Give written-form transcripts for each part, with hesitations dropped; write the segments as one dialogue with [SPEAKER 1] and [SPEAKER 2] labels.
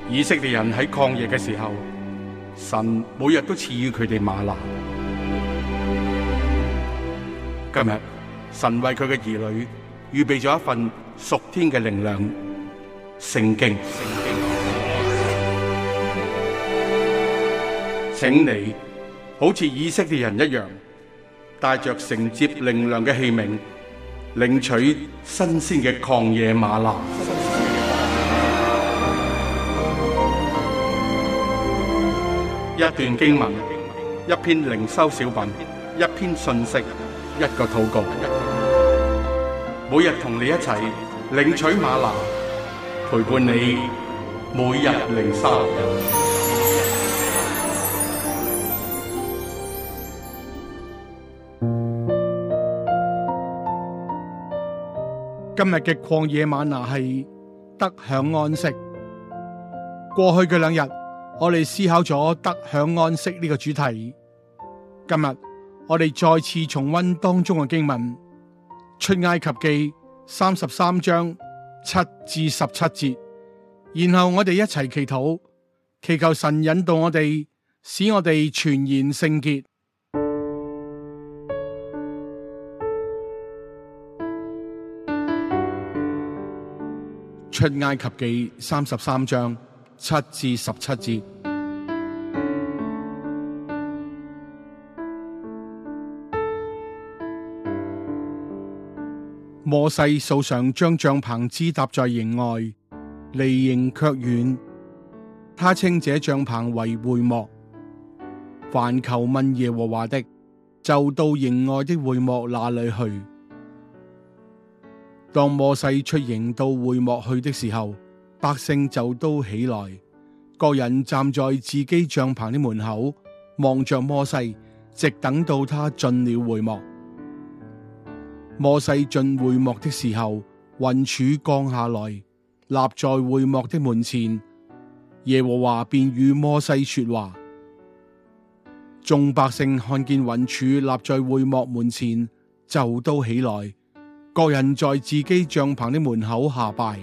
[SPEAKER 1] 以色列人喺曠野嘅時候，神每日都賜予佢哋嗎哪。今日神為佢嘅兒女預備咗一份屬天嘅靈糧——聖經。請你好似以色列人一樣，帶着承接靈糧嘅器皿，領取新鮮嘅曠野嗎哪。一段經文，一篇靈修小品，一篇信息，一個禱告。每日同你一齊領取嗎哪，陪伴你每日靈修。
[SPEAKER 2] 今日嘅曠野嗎哪係得享安息。過去嘅2日，我哋思考咗得享安息呢個主題。今日我哋再次重溫當中嘅經文，出埃及記33章7至17節，然後我哋一齊祈禱，祈求神引導我哋，使我哋全然聖潔。出埃及記33章7至17節。摩西素常將帳棚支搭在營外，離營卻遠。他稱這帳棚為會幕。凡求問耶和華的，就到營外的會幕那裏去。當摩西出營到會幕去的時候，百姓就都起來，各人站在自己帳棚的門口，望着摩西，直等到他進了會幕。摩西進會幕的時候，雲柱降下來，立在會幕的門前。耶和華便與摩西說話。眾百姓看見雲柱立在會幕門前，就都起來，各人在自己帳棚的門口下拜。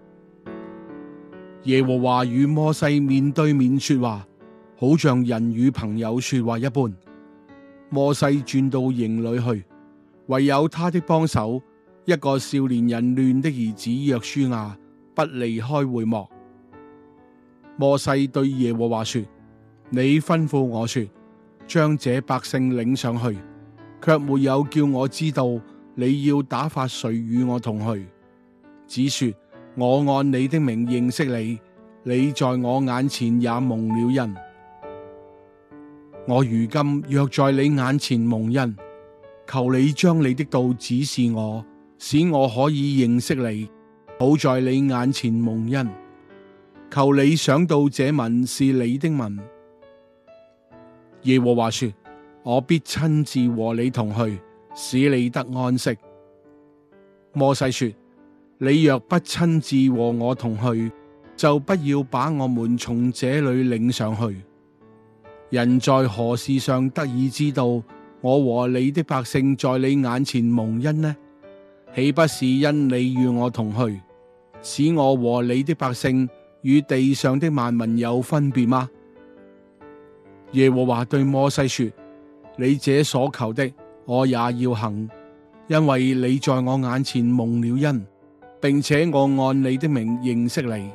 [SPEAKER 2] 耶和華與摩西面對面說話，好像人與朋友說話一般。摩西轉到營裏去，唯有他的幫手，一個少年人亂的兒子約書亞，不離開會幕。摩西對耶和華說：你吩咐我說，將這百姓領上去，卻沒有叫我知道你要打發誰與我同去，只說我按你的名認識你，你在我眼前也蒙了恩。我如今若在你眼前蒙恩，求你將你的道指示我，使我可以認識你，好在你眼前蒙恩。求你想到這民是你的民。耶和華說：我必親自和你同去，使你得安息。摩西說：你若不親自和我同去，就不要把我們從這裏領上去。人在何事上得以知道我和你的百姓在你眼前蒙恩呢？豈不是因你與我同去，使我和你的百姓與地上的萬民有分別嗎？耶和華對摩西說：你這所求的，我也要行，因為你在我眼前蒙了恩，並且我按你的名認識你。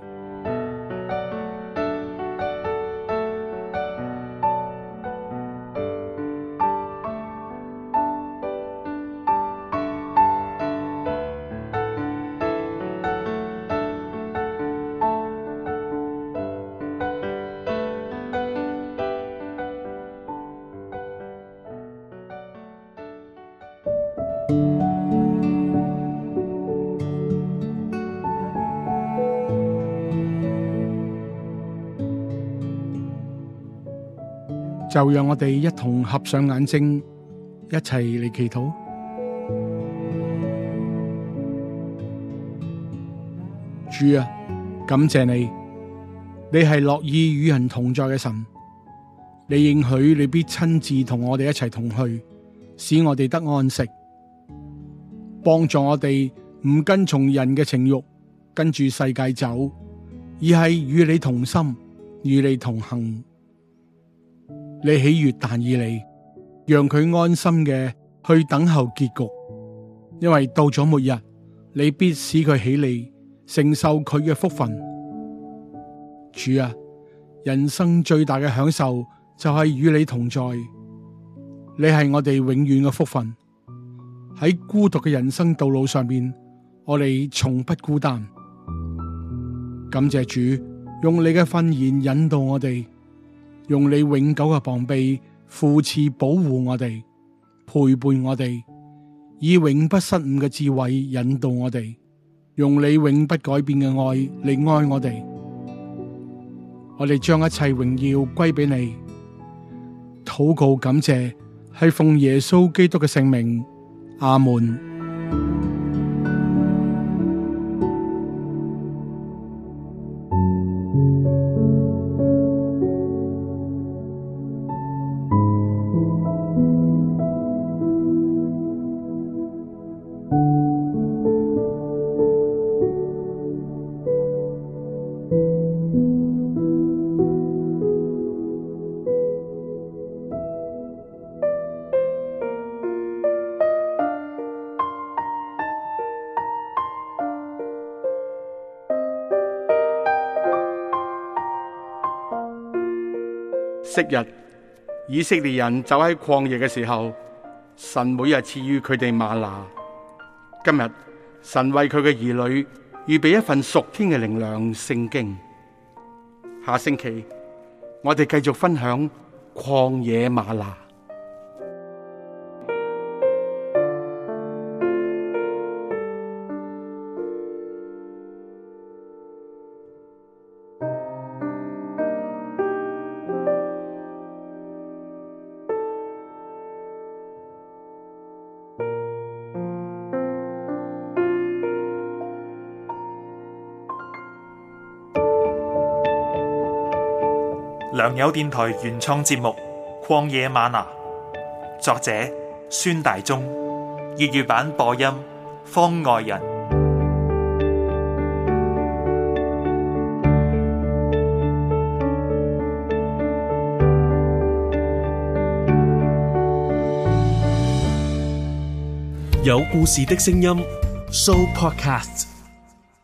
[SPEAKER 2] 就讓我哋一同合上眼睛，一齊嚟祈禱。主啊，感謝你，你係樂意與人同在嘅神。你應許你必親自同我哋一齊同去，使我哋得安息，幫助我哋唔跟從人嘅情慾，跟住世界走， 而係與你同心，與你同行。你喜悅但以理，讓佢安心嘅去等候結局，因為到咗末日，你必使佢起嚟，承受佢嘅福分。主啊，人生最大嘅享受就係與你同在，你係我哋永遠嘅福分。喺孤獨嘅人生道路上面，我哋從不孤單。感謝主，用你嘅訓言引導我哋，用你永久嘅膀臂扶持保護我哋，陪伴我哋，以永不失誤嘅智慧引導我哋，用你永不改變嘅愛嚟愛我哋。我哋將一切榮耀歸俾你，禱告感謝，係奉耶穌基督嘅聖名，阿門。
[SPEAKER 1] 昔日以色列人走喺曠野嘅時候，神每日賜予佢哋嗎哪。今日神為佢嘅兒女預備一份屬天嘅靈糧聖經。下星期我哋繼續分享曠野嗎哪。
[SPEAKER 3] 良友電台原創節目《曠野嗎哪》，作者孫大中，粵語版播音方外人，
[SPEAKER 4] 有故事的聲音 Show Podcast。